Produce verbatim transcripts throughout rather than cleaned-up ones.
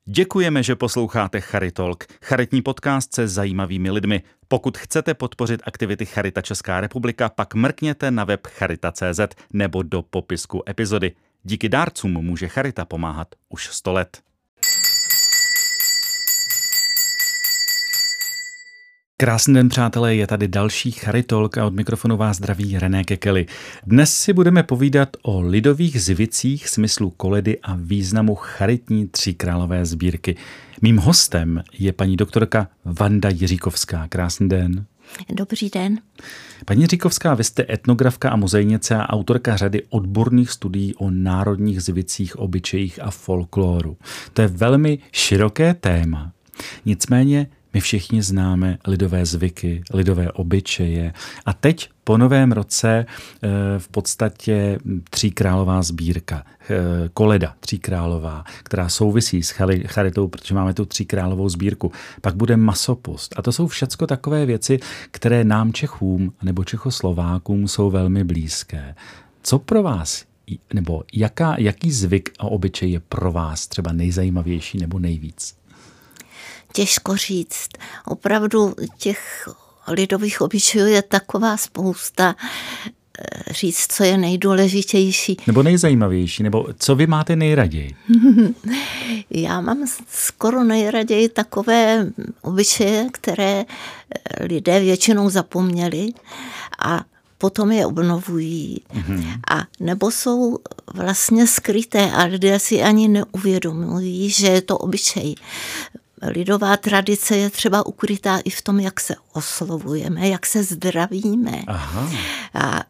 Děkujeme, že posloucháte Charitalk, charitní podcast se zajímavými lidmi. Pokud chcete podpořit aktivity Charita Česká republika, pak mrkněte na web charita tečka cé zet nebo do popisku epizody. Díky dárcům může Charita pomáhat už sto let. Krásný den, přátelé, je tady další Charitalk a od mikrofonu vás zdraví René Kekely. Dnes si budeme povídat o lidových zvicích, smyslu koledy a významu charitní tříkrálové sbírky. Mým hostem je paní doktorka Vanda Jiříkovská. Krásný den. Dobrý den. Paní Jiříkovská, vy jste etnografka a muzejnice a autorka řady odborných studií o národních zvicích, obyčejích a folkloru. To je velmi široké téma. Nicméně my všichni známe lidové zvyky, lidové obyčeje a teď po novém roce v podstatě tříkrálová sbírka, koleda tříkrálová, která souvisí s charitou, protože máme tu tříkrálovou sbírku. Pak bude masopust a to jsou všecko takové věci, které nám Čechům nebo Čechoslovákům jsou velmi blízké. Co pro vás, nebo jaká, jaký zvyk a obyčej je pro vás třeba nejzajímavější nebo nejvíc? Těžko říct. Opravdu těch lidových obyčejů je taková spousta. Říct, co je nejdůležitější. Nebo nejzajímavější, nebo co vy máte nejraději? Já mám skoro nejraději takové obyčeje, které lidé většinou zapomněli a potom je obnovují. Mm-hmm. A nebo jsou vlastně skryté a lidé si ani neuvědomují, že je to obyčej. Lidová tradice je třeba ukrytá i v tom, jak se oslovujeme, jak se zdravíme. Aha. A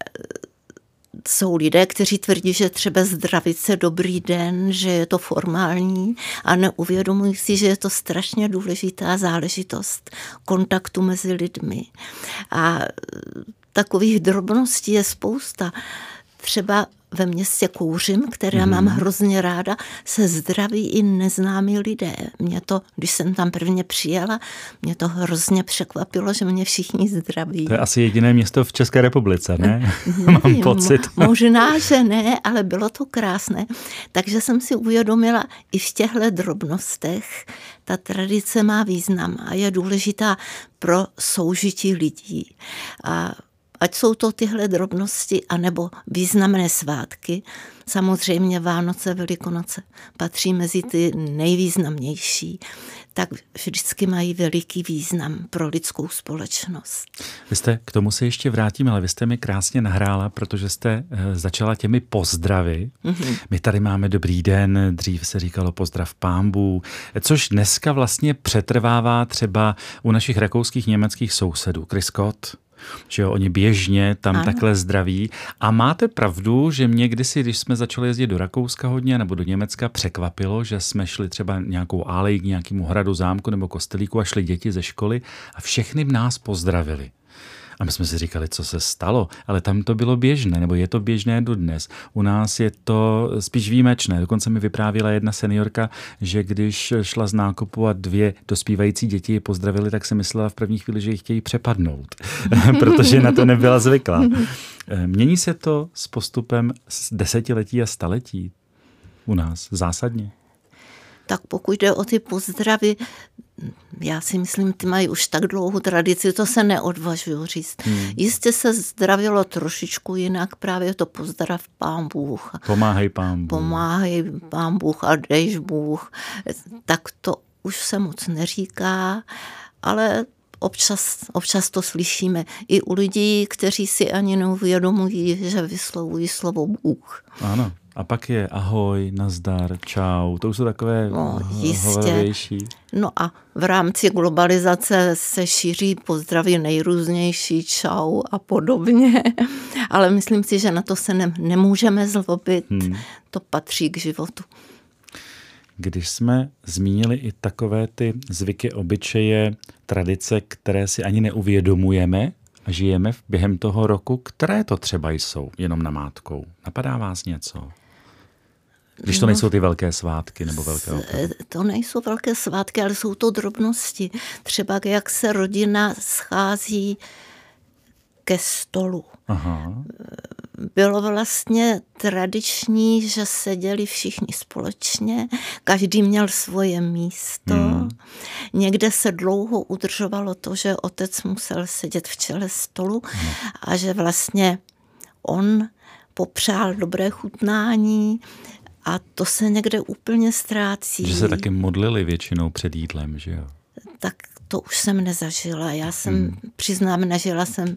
jsou lidé, kteří tvrdí, že třeba zdravit se dobrý den, že je to formální a neuvědomují si, že je to strašně důležitá záležitost kontaktu mezi lidmi. A takových drobností je spousta. Třeba ve městě Kouřim, které mm. mám hrozně ráda, se zdraví i neznámí lidé. Mě to, když jsem tam prvně přijela, mě to hrozně překvapilo, že mě všichni zdraví. To je asi jediné město v České republice, ne? Mám pocit. Možná, že ne, ale bylo to krásné. Takže jsem si uvědomila, i v těchto drobnostech ta tradice má význam a je důležitá pro soužití lidí. A ať jsou to tyhle drobnosti, anebo významné svátky. Samozřejmě Vánoce, Velikonoce patří mezi ty nejvýznamnější, tak vždycky mají veliký význam pro lidskou společnost. Vy jste, k tomu se ještě vrátím, ale vy jste mi krásně nahrála, protože jste začala těmi pozdravy. Mm-hmm. My tady máme dobrý den, dřív se říkalo pozdrav pánbů, což dneska vlastně přetrvává třeba u našich rakouských německých sousedů. Chris Scott, že jo, oni běžně tam ano. takhle zdraví. A máte pravdu, že mě kdysi, když jsme začali jezdit do Rakouska hodně nebo do Německa, překvapilo, že jsme šli třeba nějakou alej k nějakému hradu, zámku nebo kostelíku a šli děti ze školy a všechny nás pozdravili. A my jsme si říkali, co se stalo, ale tam to bylo běžné, nebo je to běžné dodnes. U nás je to spíš výjimečné. Dokonce mi vyprávěla jedna seniorka, že když šla z nákupu a dvě dospívající děti je pozdravili, tak si myslela v první chvíli, že ji chtějí přepadnout, protože na to nebyla zvyklá. Mění se to s postupem desetiletí a staletí u nás zásadně? Tak pokud jde o ty pozdravy, já si myslím, ty mají už tak dlouhou tradici, to se neodvažuju říct. Hmm. Jistě se zdravilo trošičku jinak, právě to pozdrav Pán Bůh. Pomáhej Pán Bůh. Pomáhej Pán Bůh a dejš Bůh. Tak to už se moc neříká, ale občas, občas to slyšíme i u lidí, kteří si ani neuvědomují, že vyslovují slovo Bůh. Ano. A pak je ahoj, nazdar, čau, to už jsou takové no, hovoravější. No a v rámci globalizace se šíří pozdraví nejrůznější, čau a podobně, ale myslím si, že na to se ne, nemůžeme zlobit, hmm. to patří k životu. Když jsme zmínili i takové ty zvyky, obyčeje, tradice, které si ani neuvědomujeme a žijeme během toho roku, které to třeba jsou, jenom namátkou? Napadá vás něco? Když to nejsou ty velké svátky nebo velké opravy. To nejsou velké svátky, ale jsou to drobnosti. Třeba jak se rodina schází ke stolu. Aha. Bylo vlastně tradiční, že seděli všichni společně, každý měl svoje místo. Hmm. Někde se dlouho udržovalo to, že otec musel sedět v čele stolu hmm. a že vlastně on popřál dobré chutnání a to se někde úplně ztrácí. Že se taky modlili většinou před jídlem, že jo? Tak to už jsem nezažila. Já jsem, hmm. přiznám, nežila jsem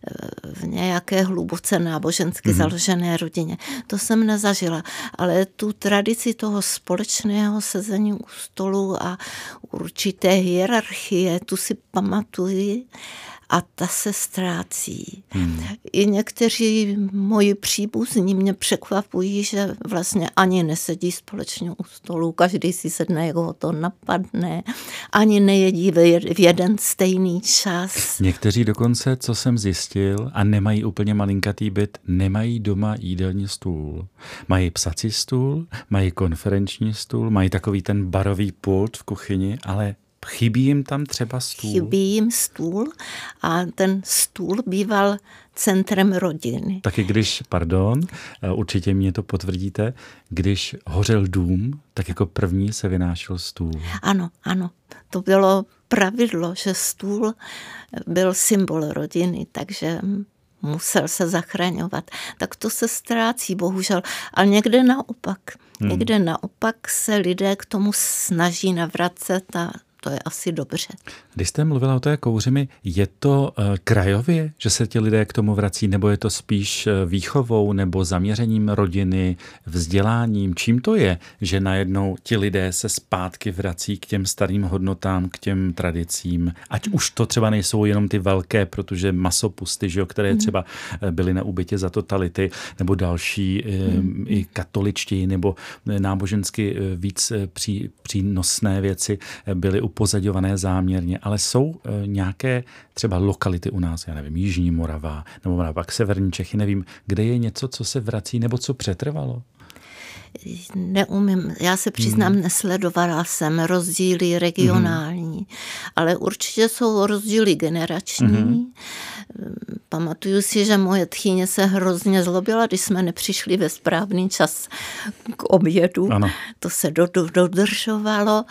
v nějaké hluboce nábožensky hmm. založené rodině. To jsem nezažila. Ale tu tradici toho společného sezení u stolu a určité hierarchie, tu si pamatuji a ta se ztrácí. Hmm. I někteří moji příbuzní mě překvapují, že vlastně ani nesedí společně u stolu, každý si sedne, jak ho to napadne, ani nejedí v jeden stejný čas. Někteří dokonce, co jsem zjistil, a nemají úplně malinkatý byt, nemají doma jídelní stůl. Mají psací stůl, mají konferenční stůl, mají takový ten barový pult v kuchyni, ale chybí jim tam třeba stůl? Chybí jim stůl a ten stůl býval centrem rodiny. Taky když, pardon, určitě mě to potvrdíte, když hořel dům, tak jako první se vynášel stůl. Ano, ano. To bylo pravidlo, že stůl byl symbol rodiny, takže musel se zachraňovat. Tak to se ztrácí, bohužel. Ale někde naopak. Hmm. Někde naopak se lidé k tomu snaží navracet a to je asi dobře. Když jste mluvila o té kouřimi, je to uh, krajově, že se ti lidé k tomu vrací, nebo je to spíš uh, výchovou nebo zaměřením rodiny, vzděláním? Čím to je, že najednou ti lidé se zpátky vrací k těm starým hodnotám, k těm tradicím? Ať už to třeba nejsou jenom ty velké, protože masopusty, že jo, které třeba byly na úbytě za totality, nebo další um, i katoličtí, nebo nábožensky víc pří, přínosné věci byly upozaďované záměrně, ale jsou e, nějaké třeba lokality u nás, já nevím, Jižní Morava, nebo naopak Severní Čechy, nevím, kde je něco, co se vrací, nebo co přetrvalo? Neumím, já se přiznám, hmm. nesledovala jsem rozdíly regionální, hmm. ale určitě jsou rozdíly generační. Hmm. Pamatuju si, že moje tchýně se hrozně zlobila, když jsme nepřišli ve správný čas k obědu. Ano. To se dodržovalo.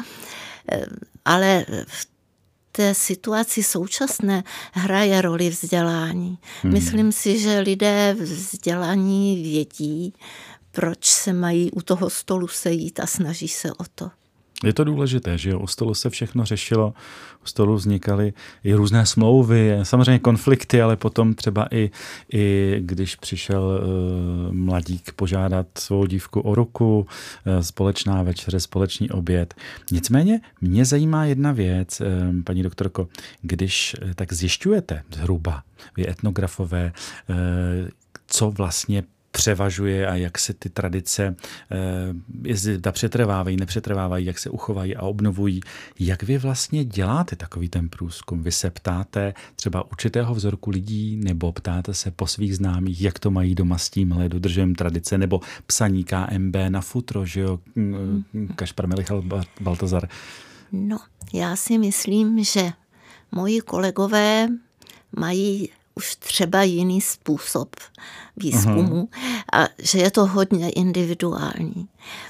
Ale v té situaci současné hraje roli vzdělání. Hmm. Myslím si, že lidé vzdělaní vědí, proč se mají u toho stolu sejít a snaží se o to. Je to důležité, že jo? U stolu se všechno řešilo, u stolu vznikaly i různé smlouvy, samozřejmě konflikty, ale potom třeba i, i když přišel uh, mladík požádat svou dívku o ruku, uh, společná večeře, společný oběd. Nicméně mě zajímá jedna věc, uh, paní doktorko, když uh, tak zjišťujete zhruba, vy etnografové, uh, co vlastně převažuje a jak se ty tradice, jestli ta přetrvávají, nepřetrvávají, jak se uchovají a obnovují. Jak vy vlastně děláte takový ten průzkum? Vy se ptáte třeba určitého vzorku lidí nebo ptáte se po svých známých, jak to mají doma s tímhle, dodržujeme tradice, nebo psaní K M B na futro, že jo, Kašpar Melichal Baltazar. No, já si myslím, že moji kolegové mají už třeba jiný způsob výzkumu a že je to hodně individuální.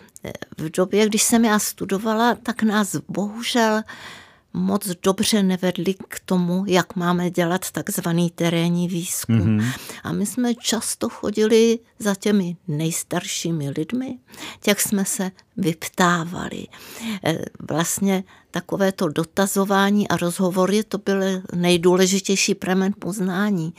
V době, když jsem já studovala, tak nás bohužel moc dobře nevedli k tomu, jak máme dělat takzvaný terénní výzkum. Mm-hmm. A my jsme často chodili za těmi nejstaršími lidmi, těch jsme se vyptávali. Vlastně takovéto dotazování a rozhovory, to byly nejdůležitější pramen poznání.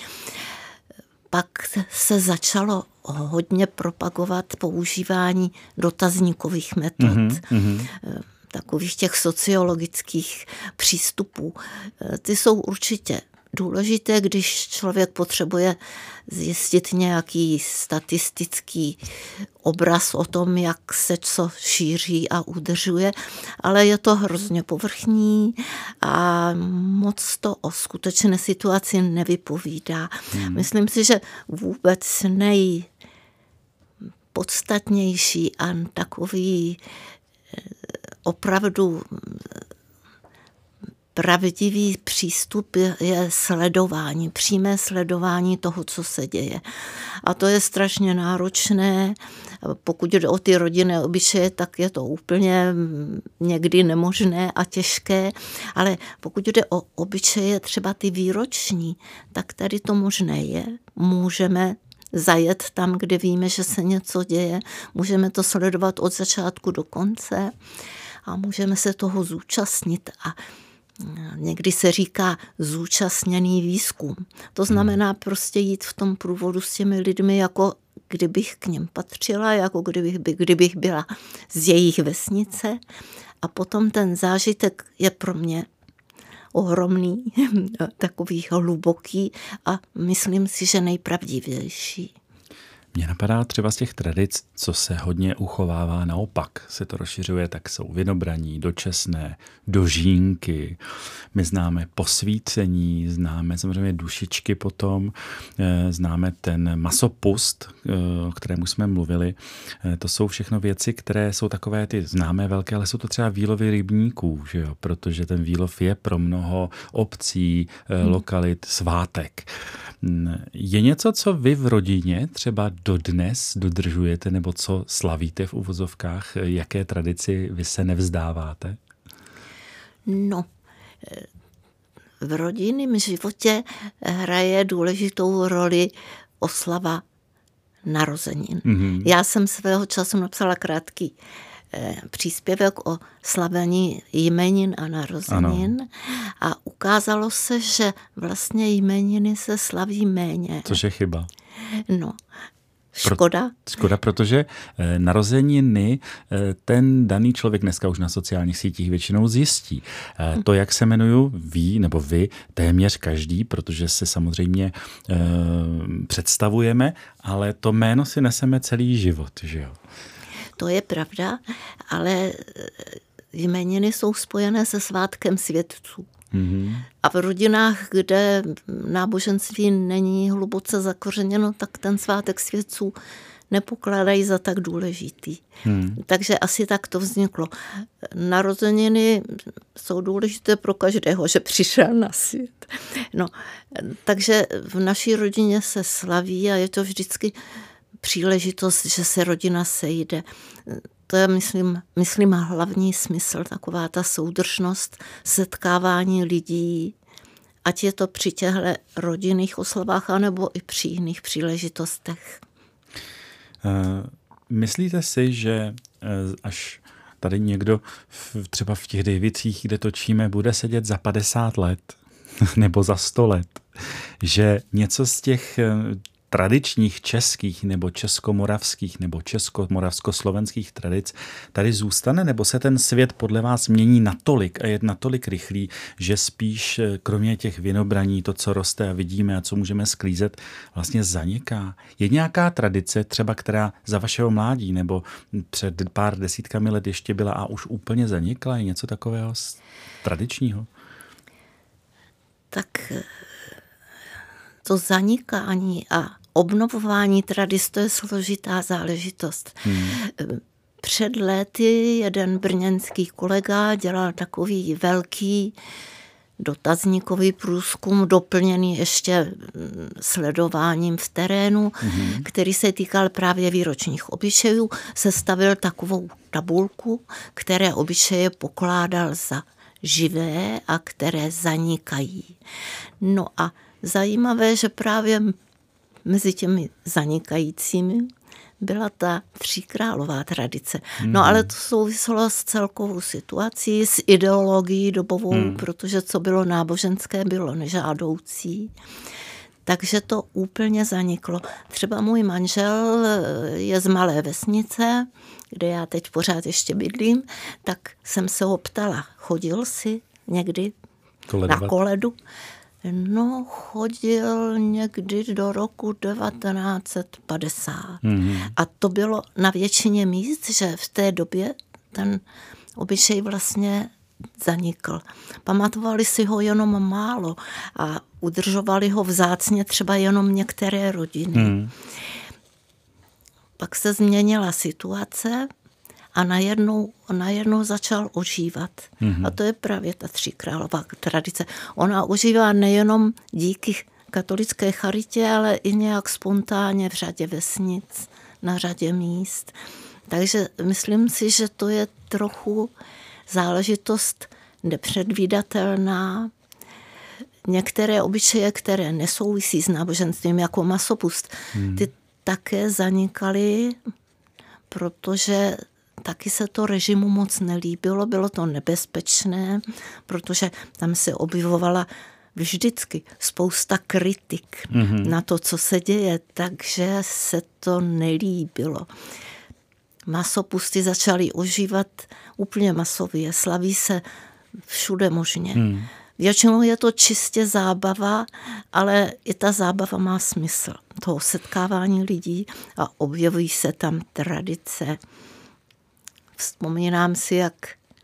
Pak se začalo hodně propagovat používání dotazníkových metod. Mm-hmm. Takových těch sociologických přístupů. Ty jsou určitě důležité, když člověk potřebuje zjistit nějaký statistický obraz o tom, jak se co šíří a udržuje, ale je to hrozně povrchní a moc to o skutečné situaci nevypovídá. Hmm. Myslím si, že vůbec nejpodstatnější a takový opravdu pravdivý přístup je, je sledování, přímé sledování toho, co se děje. A to je strašně náročné. Pokud jde o ty rodinné obyčeje, tak je to úplně někdy nemožné a těžké, ale pokud jde o obyčeje, třeba ty výroční, tak tady to možné je. Můžeme zajet tam, kde víme, že se něco děje, můžeme to sledovat od začátku do konce a můžeme se toho zúčastnit. A někdy se říká zúčastněný výzkum. To znamená prostě jít v tom průvodu s těmi lidmi, jako kdybych k něm patřila, jako kdybych, kdybych byla z jejich vesnice. A potom ten zážitek je pro mě ohromný, takový hluboký a myslím si, že nejpravdivější. Mně napadá třeba z těch tradic, co se hodně uchovává naopak, se to rozšiřuje, tak jsou vinobraní, dočesné, dožínky, my známe posvícení, známe samozřejmě dušičky potom, známe ten masopust, o kterému jsme mluvili. To jsou všechno věci, které jsou takové ty známé velké, ale jsou to třeba výlovy rybníků, že jo? Protože ten výlov je pro mnoho obcí, lokalit svátek. Je něco, co vy v rodině třeba dodnes dodržujete nebo co slavíte v uvozovkách? Jaké tradici vy se nevzdáváte? No, v rodinném životě hraje důležitou roli oslava narozenin. Mm-hmm. Já jsem svého času napsala krátký příspěvek o slavení jmenin a narozenin. Ano. A ukázalo se, že vlastně jmeniny se slaví méně. Což je chyba. No, škoda. Pro, škoda, protože e, narozeniny e, ten daný člověk dneska už na sociálních sítích většinou zjistí. E, to, jak se jmenuju, ví nebo vy, téměř každý, protože se samozřejmě e, představujeme, ale to jméno si neseme celý život, že jo? To je pravda, ale jmeniny jsou spojené se svátkem světců. Mm-hmm. A v rodinách, kde náboženství není hluboce zakořeněno, tak ten svátek světců nepokládají za tak důležitý. Hmm. Takže asi tak to vzniklo. Narozeniny jsou důležité pro každého, že přišel na svět. No, takže v naší rodině se slaví a je to vždycky příležitost, že se rodina sejde. To je, myslím, myslím hlavní smysl, taková ta soudržnost, setkávání lidí, ať je to při těchto rodinných oslavách, anebo i při jiných příležitostech. Uh, myslíte si, že uh, až tady někdo v, třeba v těch Dejvicích, kde točíme, bude sedět za padesát let nebo za sto let, že něco z těch uh, tradičních českých nebo českomoravských nebo českomoravskoslovenských tradic tady zůstane, nebo se ten svět podle vás mění natolik a je natolik rychlý, že spíš kromě těch vinobraní, to, co roste a vidíme a co můžeme sklízet, vlastně zaniká? Je nějaká tradice třeba, která za vašeho mládí nebo před pár desítkami let ještě byla a už úplně zanikla? Je něco takového tradičního? Tak to zanikání a obnovování tradic, to je složitá záležitost. Hmm. Před lety jeden brněnský kolega dělal takový velký dotazníkový průzkum, doplněný ještě sledováním v terénu, hmm. který se týkal právě výročních obyčejů. Sestavil takovou tabulku, které obyčeje pokládal za živé a které zanikají. No a zajímavé, že právě mezi těmi zanikajícími byla ta tříkrálová tradice. Mm. No ale to souviselo s celkovou situací, s ideologií dobovou, mm. protože co bylo náboženské, bylo nežádoucí. Takže to úplně zaniklo. Třeba můj manžel je z malé vesnice, kde já teď pořád ještě bydlím, tak jsem se ho ptala, chodil jsi někdy Koledovat. na koledu? No, chodil někdy do roku devatenáct set padesát. Mm-hmm. A to bylo na většině míst, že v té době ten obyčej vlastně zanikl. Pamatovali si ho jenom málo a udržovali ho vzácně třeba jenom některé rodiny. Mm. Pak se změnila situace a najednou, najednou začal ožívat. Mm-hmm. A to je právě ta tříkrálová tradice. Ona ožívá nejenom díky katolické charitě, ale i nějak spontánně v řadě vesnic, na řadě míst. Takže myslím si, že to je trochu záležitost nepředvídatelná. Některé obyčeje, které nesouvisí s náboženstvím, jako masopust, hmm. ty také zanikaly, protože taky se to režimu moc nelíbilo, bylo to nebezpečné, protože tam se objevovala vždycky spousta kritik mm-hmm. na to, co se děje, takže se to nelíbilo. Masopusty začaly ožívat úplně masově, slaví se všude možně. Mm. Většinou je to čistě zábava, ale i ta zábava má smysl. Toho setkávání lidí a objevují se tam tradice. Vzpomínám si, jak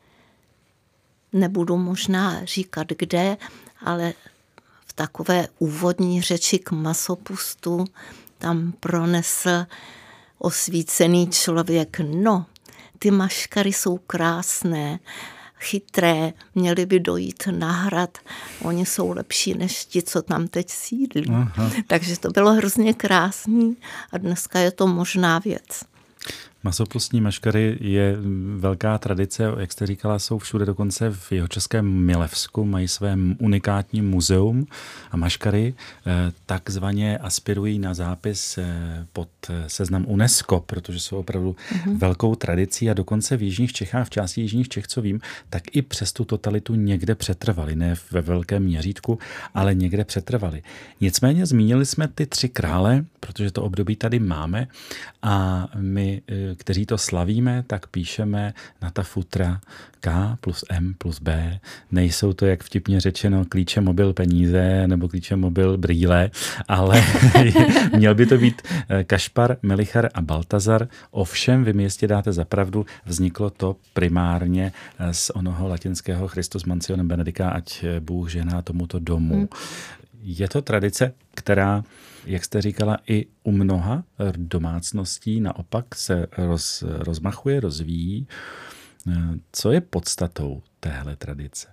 nebudu možná říkat kde, ale v takové úvodní řeči k masopustu tam pronesl osvícený člověk. No, ty maškary jsou krásné, chytré, měly by dojít na hrad. Oni jsou lepší než ti, co tam teď sídlí. Aha. Takže to bylo hrozně krásný a dneska je to možná věc. Masopustní maškary je velká tradice, jak jste říkala, jsou všude, dokonce v jihočeském Milevsku mají své unikátní muzeum a maškary takzvaně aspirují na zápis pod seznam UNESCO, protože jsou opravdu mm-hmm. velkou tradicí a dokonce v jižních Čechách, v části jižních Čech, co vím, tak i přes tu totalitu někde přetrvali, ne ve velkém měřítku, ale někde přetrvali. Nicméně zmínili jsme ty tři krále, protože to období tady máme a my, kteří to slavíme, tak píšeme na ta futra K plus M plus B. Nejsou to, jak vtipně řečeno, klíče, mobil, peníze nebo klíče, mobil, brýle, ale měl by to být Kašpar, Melichar a Baltazar. Ovšem, vy mi jistě dáte za pravdu, vzniklo to primárně z onoho latinského Christus mansionem benedica, ať Bůh žehná tomuto domu. Hmm. Je to tradice, která, jak jste říkala, i u mnoha domácností naopak se roz, rozmachuje, rozvíjí. Co je podstatou téhle tradice?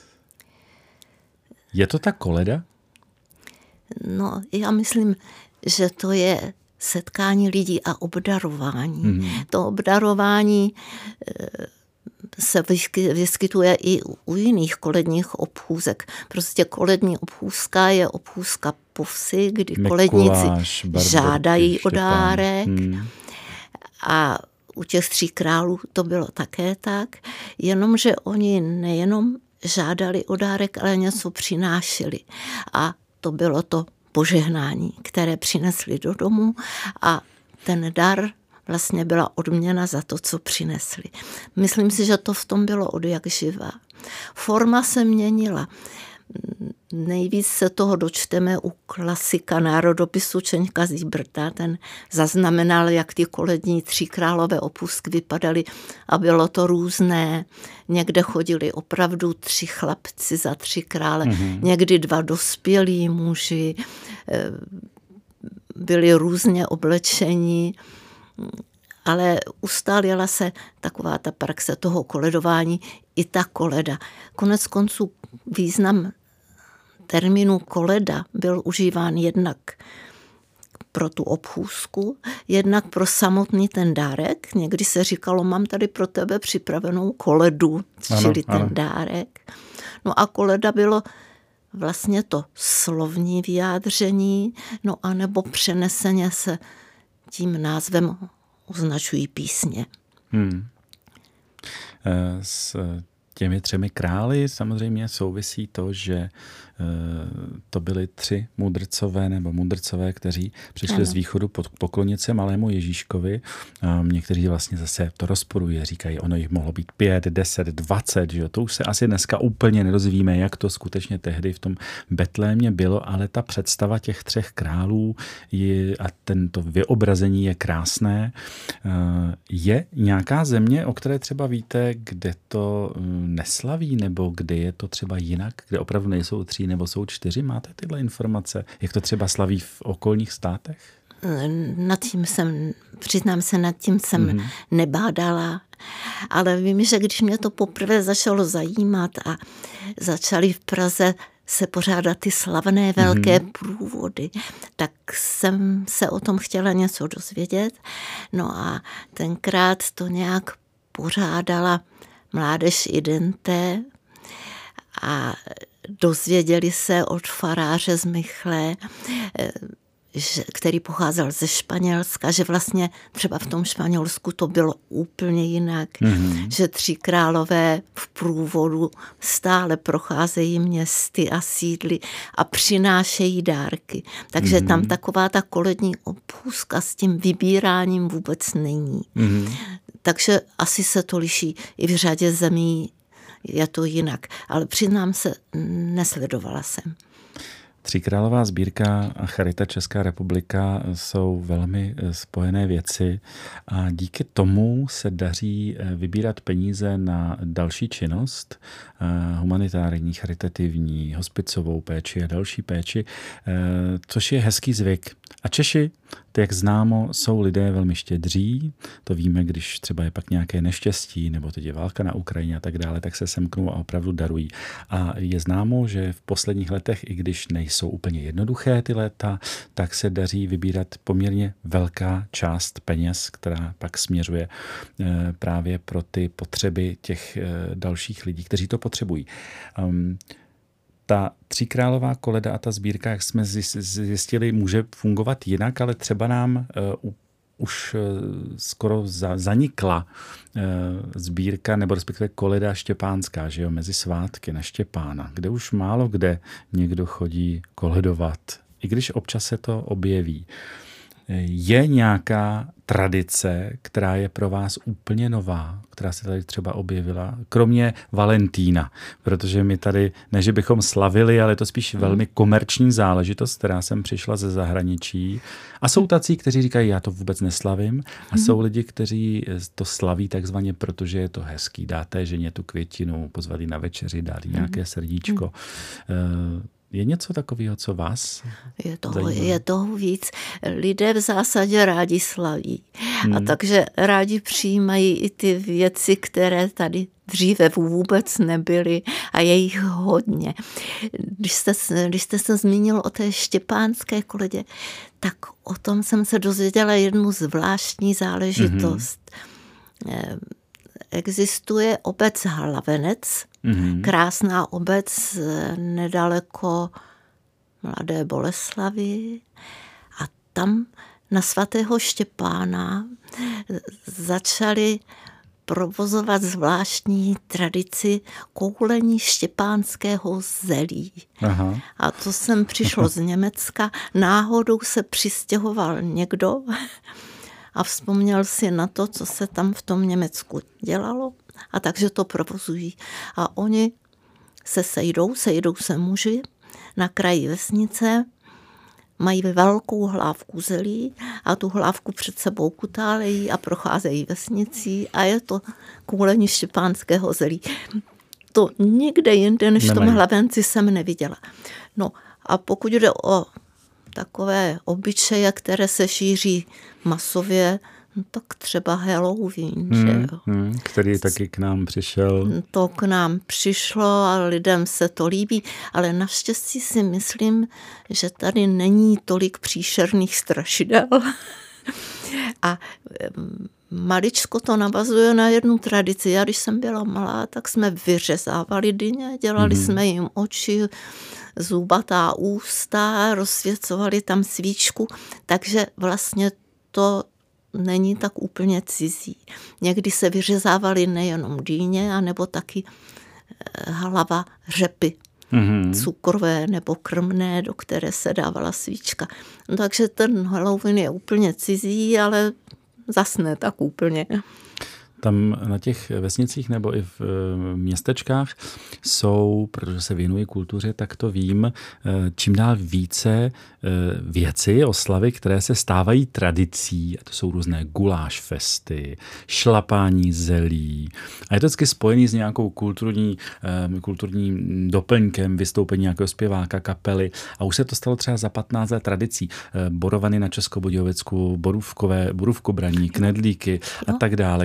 Je to ta koleda? No, já myslím, že to je setkání lidí a obdarování. Mm-hmm. To obdarování se vyskytuje i u jiných koledních obchůzek. Prostě kolední obchůzka je obchůzka po vsi, kdy Mikuláš, koledníci Barborky, žádají o dárek. Hmm. A u těch tří králů to bylo také tak, jenomže oni nejenom žádali o dárek, ale něco přinášeli. A to bylo to požehnání, které přinesli do domu a ten dar vlastně byla odměna za to, co přinesli. Myslím si, že to v tom bylo od jak živá. Forma se měnila. Nejvíc se toho dočteme u klasika národopisu Čeňka Zíbrta. Ten zaznamenal, jak ty kolední tříkrálové opustky vypadaly a bylo to různé. Někde chodili opravdu tři chlapci za tři krále, mm-hmm. někdy dva dospělí muži, byli různě oblečení, ale ustálila se taková ta praxe toho koledování i ta koleda. Konec konců význam termínu koleda byl užíván jednak pro tu obchůzku, jednak pro samotný ten dárek. Někdy se říkalo, mám tady pro tebe připravenou koledu, čili ano, ten ano. dárek. No a koleda bylo vlastně to slovní vyjádření, no anebo přeneseně se tím názvem označují písně. Hmm. S těmi třemi králi samozřejmě souvisí to, že to byli tři mudrcové nebo mudrcové, kteří přišli ano. z východu poklonit se malému Ježíškovi. Někteří vlastně zase to rozporuje, říkají, ono jich mohlo být pět, deset, dvacet, že jo? To už se asi dneska úplně nedozvíme, jak to skutečně tehdy v tom Betlémě bylo, ale ta představa těch třech králů je, a tento vyobrazení je krásné. Je nějaká země, o které třeba víte, kde to neslaví, nebo kde je to třeba jinak, kde opravdu nejsou tři nebo jsou čtyři? Máte tyhle informace? Jak to třeba slaví v okolních státech? Nad tím jsem, přiznám se, nad tím jsem mm-hmm. nebádala, Ale vím, že když mě to poprvé začalo zajímat a začaly v Praze se pořádat ty slavné velké mm-hmm. průvody, tak jsem se o tom chtěla něco dozvědět. No a tenkrát to nějak pořádala Mládež Idente a dozvěděli se od faráře z Michle, který pocházel ze Španělska, že vlastně třeba v tom Španělsku to bylo úplně jinak, mm-hmm. že tři králové v průvodu stále procházejí městy a sídly a přinášejí dárky. Takže mm-hmm. tam taková ta kolední obchůzka s tím vybíráním vůbec není. Mm-hmm. Takže asi se to liší i v řadě zemí, je to jinak. Ale přiznám se, nesledovala jsem. Tříkrálová sbírka a Charita Česká republika jsou velmi spojené věci a díky tomu se daří vybírat peníze na další činnost, humanitární, charitativní, hospicovou péči a další péči, což je hezký zvyk. A Češi, to jak známo, jsou lidé velmi štědří, to víme, když třeba je pak nějaké neštěstí, nebo teď je válka na Ukrajině a tak dále, tak se semknou a opravdu darují. A je známo, že v posledních letech, i když nejsou úplně jednoduché ty léta, tak se daří vybírat poměrně velká část peněz, která pak směřuje právě pro ty potřeby těch dalších lidí, kteří to potřebují. Um, Ta tříkrálová koleda a ta sbírka, jak jsme zjistili, může fungovat jinak, ale třeba nám uh, už uh, skoro za, zanikla uh, sbírka, nebo respektive koleda štěpánská, že jo, mezi svátky na Štěpána, kde už málo kde někdo chodí koledovat, i když občas se to objeví. Je nějaká tradice, která je pro vás úplně nová, která se tady třeba objevila, kromě Valentína, protože my tady, ne že bychom slavili, ale je to spíš velmi komerční záležitost, která sem přišla ze zahraničí. A jsou tací, kteří říkají, já to vůbec neslavím, a jsou lidi, kteří to slaví takzvaně, protože je to hezký. Dáte ženě tu květinu, pozvat jí na večeři, dát jí nějaké srdíčko. Je něco takového, co vás je toho, je toho víc. Lidé v zásadě rádi slaví. Hmm. A takže rádi přijímají i ty věci, které tady dříve vůbec nebyly a je jich hodně. Když jste, když jste se zmínil o té štěpánské koledě, tak o tom jsem se dozvěděla jednu zvláštní záležitost. Hmm. Existuje obec Hlavenec, mm-hmm. krásná obec nedaleko Mladé Boleslavi, a tam na svatého Štěpána začali provozovat zvláštní tradici koulení štěpánského zelí. Aha. A to sem přišlo z Německa. Náhodou se přistěhoval někdo a vzpomněl si na to, co se tam v tom Německu dělalo, a takže to provozují. A oni se sejdou, sejdou se muži na kraji vesnice, mají velkou hlávku zelí a tu hlávku před sebou kutálejí a procházejí vesnicí a je to koulení štěpánského zelí. To nikde jinde, než v tom Hlavenci, jsem neviděla. No a pokud jde o takové obyčeje, které se šíří masově, no tak třeba Halloween, hmm, že jo. Hmm, který taky k nám přišel. To k nám přišlo a lidem se to líbí, ale naštěstí si myslím, že tady není tolik příšerných strašidel. A maličko to navazuje na jednu tradici. Já, když jsem byla malá, tak jsme vyřezávali dyně, dělali hmm. jsme jim oči, zubatá ústa, rozsvěcovali tam svíčku, takže vlastně to není tak úplně cizí. Někdy se vyřezávaly nejenom dýně, anebo taky hlava řepy, mm-hmm. cukrové nebo krmné, do které se dávala svíčka. No, takže ten Halloween je úplně cizí, ale zas ne tak úplně. Tam na těch vesnicích nebo i v městečkách jsou, protože se věnují kultuře, tak to vím, čím dál více věci, oslavy, které se stávají tradicí. A to jsou různé guláš festy, šlapání zelí. A je to vždycky spojený s nějakou kulturní, kulturním doplňkem, vystoupení nějakého zpěváka, kapely. A už se to stalo třeba za patnáct let tradicí. Borovany na Českobudějovicku, borůvkové, borůvkobraní, knedlíky a tak dále. Kdo s ní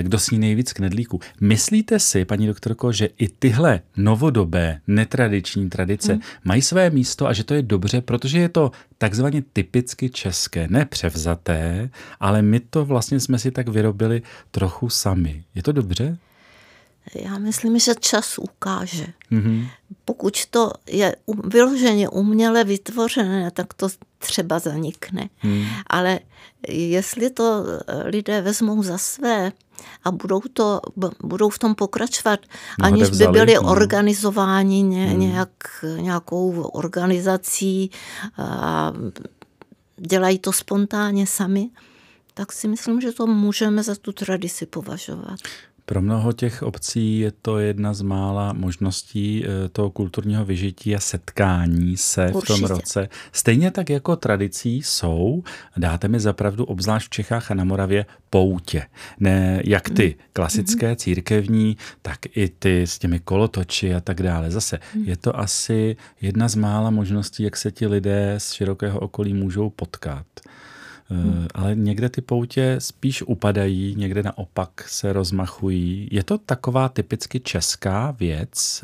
nejvíc knedlíků. Myslíte si, paní doktorko, že i tyhle novodobé, netradiční tradice hmm. mají své místo a že to je dobře, protože je to takzvaně typicky české, ne převzaté, ale my to vlastně jsme si tak vyrobili trochu sami. Je to dobře? Já myslím, že čas ukáže. Mm-hmm. Pokud to je vyloženě uměle vytvořené, tak to třeba zanikne. Mm. Ale jestli to lidé vezmou za své a budou, to, budou v tom pokračovat, no, aniž by byli no. organizováni ně, mm. nějak, nějakou organizací a dělají to spontánně sami, tak si myslím, že to můžeme za tu tradici považovat. Pro mnoho těch obcí je to jedna z mála možností toho kulturního vyžití a setkání se Určitě. v tom roce. Stejně tak jako tradicí jsou, dáte mi zapravdu, obzvlášť v Čechách a na Moravě, poutě. Ne jak ty klasické, církevní, tak i ty s těmi kolotoči a tak dále. Zase je to asi jedna z mála možností, jak se ti lidé z širokého okolí můžou potkat. Hmm. Ale někde ty poutě spíš upadají, někde naopak se rozmachují. Je to taková typicky česká věc?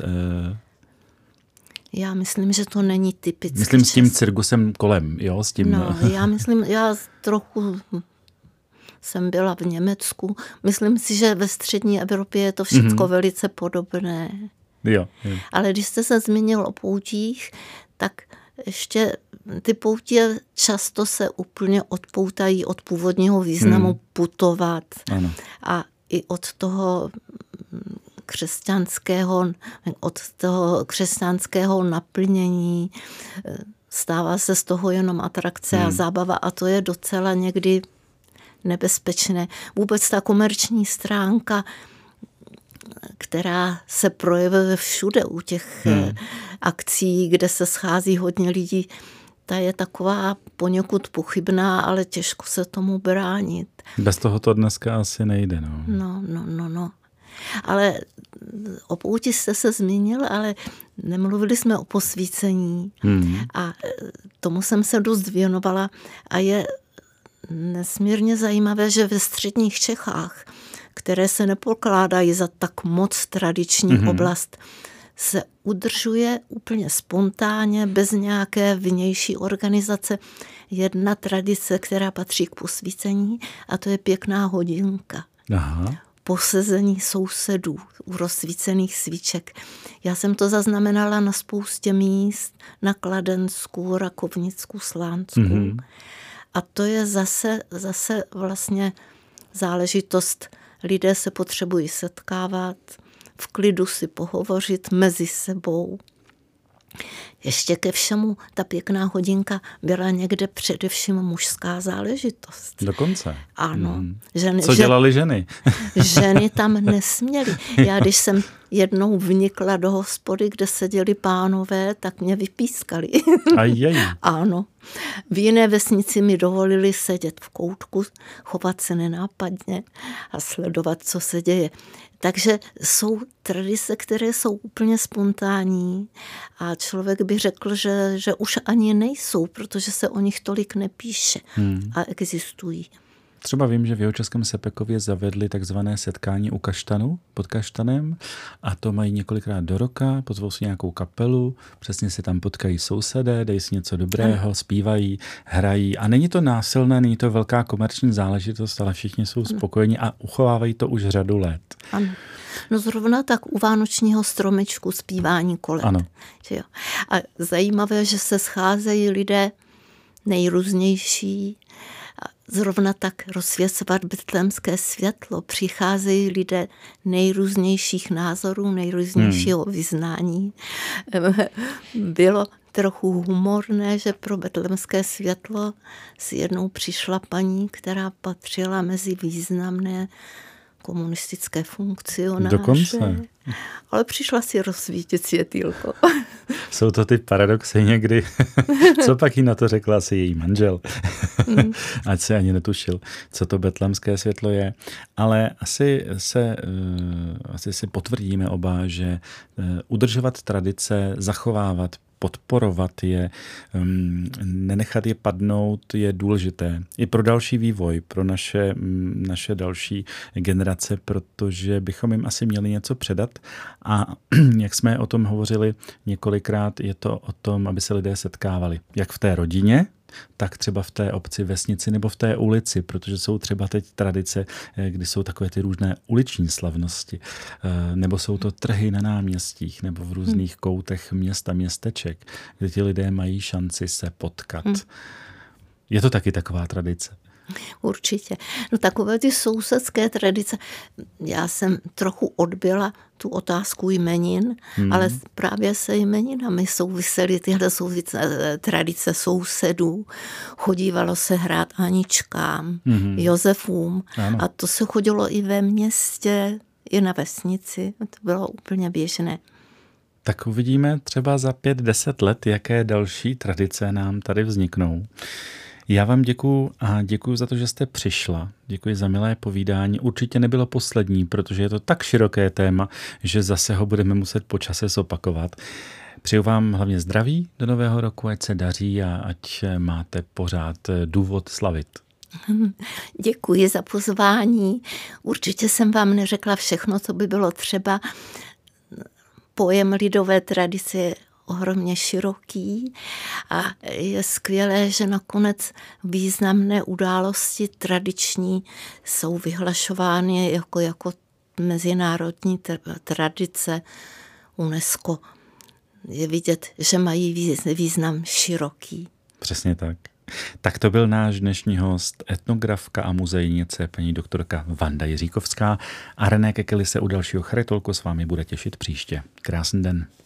Já myslím, že to není typicky Myslím česká. S tím cirkusem kolem, jo? S tím... No, já myslím, já trochu jsem byla v Německu. Myslím si, že ve střední Evropě je to všechno mm-hmm. velice podobné. Jo, jo. Ale když jste se zmínil o poutích, tak ještě ty poutě často se úplně odpoutají od původního významu hmm. putovat ano. a i od toho křesťanského, od toho křesťanského naplnění. Stává se z toho jenom atrakce hmm. a zábava a to je docela někdy nebezpečné. Vůbec ta komerční stránka, která se projevuje všude u těch hmm. akcí, kde se schází hodně lidí, ta je taková poněkud pochybná, ale těžko se tomu bránit. Bez toho to dneska asi nejde. No, no, no, no. no. Ale o pouti jste se zmínil, ale nemluvili jsme o posvícení. Hmm. A tomu jsem se dost věnovala a je nesmírně zajímavé, že ve středních Čechách, které se nepokládají za tak moc tradiční mm-hmm. oblast, se udržuje úplně spontánně, bez nějaké vnější organizace, jedna tradice, která patří k posvícení, a to je pěkná hodinka. Aha. Posezení sousedů u rozsvícených svíček. Já jsem to zaznamenala na spoustě míst, na Kladensku, Rakovnicku, Slánsku. Mm-hmm. A to je zase, zase vlastně záležitost. Lidé se potřebují setkávat, v klidu si pohovořit mezi sebou. Ještě ke všemu ta pěkná hodinka byla někde především mužská záležitost. Dokonce. Ano. Hmm. Ženy, Co dělali ženy? Ženy tam nesměly. Já když jsem jednou vnikla do hospody, kde seděli pánové, tak mě vypískali. Ajaj. Ano. V jiné vesnici mi dovolili sedět v koutku, chovat se nenápadně a sledovat, co se děje. Takže jsou tradice, které jsou úplně spontánní a člověk by řekl, že, že už ani nejsou, protože se o nich tolik nepíše hmm. a existují. Třeba vím, že v Jihočeském Sepekově zavedli takzvané setkání u kaštanu, pod kaštanem, a to mají několikrát do roka, pozvou si nějakou kapelu, přesně se tam potkají sousedé, dají si něco dobrého, ano. zpívají, hrají a není to násilné, není to velká komerční záležitost, ale všichni jsou ano. spokojeni a uchovávají to už řadu let. Ano. No zrovna tak u vánočního stromečku zpívání kolet. Ano. Že jo. A zajímavé, že se scházejí lidé nejrůznější. Zrovna tak rozsvěcovat betlémské světlo. Přicházejí lidé nejrůznějších názorů, nejrůznějšího hmm. vyznání. Bylo trochu humorné, že pro betlémské světlo si jednou přišla paní, která patřila mezi významné komunistické funkcionáře. Dokonce. Ale přišla si rozsvítit světýlko. Jsou to ty paradoxy někdy. Co pak jí na to řekla asi její manžel? Mm. Ať se ani netušil, co to betlémské světlo je. Ale asi se asi si potvrdíme oba, že udržovat tradice, zachovávat, podporovat je, nenechat je padnout je důležité. I pro další vývoj, pro naše, naše další generace, protože bychom jim asi měli něco předat. A jak jsme o tom hovořili několikrát, je to o tom, aby se lidé setkávali. Jak v té rodině, tak třeba v té obci, vesnici nebo v té ulici, protože jsou třeba teď tradice, kdy jsou takové ty různé uliční slavnosti, nebo jsou to trhy na náměstích nebo v různých koutech měst a městeček, kde ti lidé mají šanci se potkat. Hmm. Je to taky taková tradice? Určitě. No takové ty sousedské tradice. Já jsem trochu odbyla tu otázku jmenin, hmm. ale právě se jmeninami souvisely tyhle souvisé, tradice sousedů. Chodívalo se hrát Aničkám, hmm. Josefům ano. A to se chodilo i ve městě, i na vesnici. To bylo úplně běžné. Tak uvidíme třeba za pět, deset let, jaké další tradice nám tady vzniknou. Já vám děkuju a děkuju za to, že jste přišla. Děkuji za milé povídání. Určitě nebylo poslední, protože je to tak široké téma, že zase ho budeme muset po čase zopakovat. Přeju vám hlavně zdraví do nového roku, ať se daří a ať máte pořád důvod slavit. Děkuji za pozvání. Určitě jsem vám neřekla všechno, co by bylo třeba. Pojem lidové tradice je ohromně široký a je skvělé, že nakonec významné události tradiční jsou vyhlašovány jako, jako mezinárodní tradice UNESCO. Je vidět, že mají význam široký. Přesně tak. Tak to byl náš dnešní host, etnografka a muzejnice, paní doktorka Vanda Jiříkovská. A René Kekely se u dalšího Charitolku s vámi bude těšit příště. Krásný den.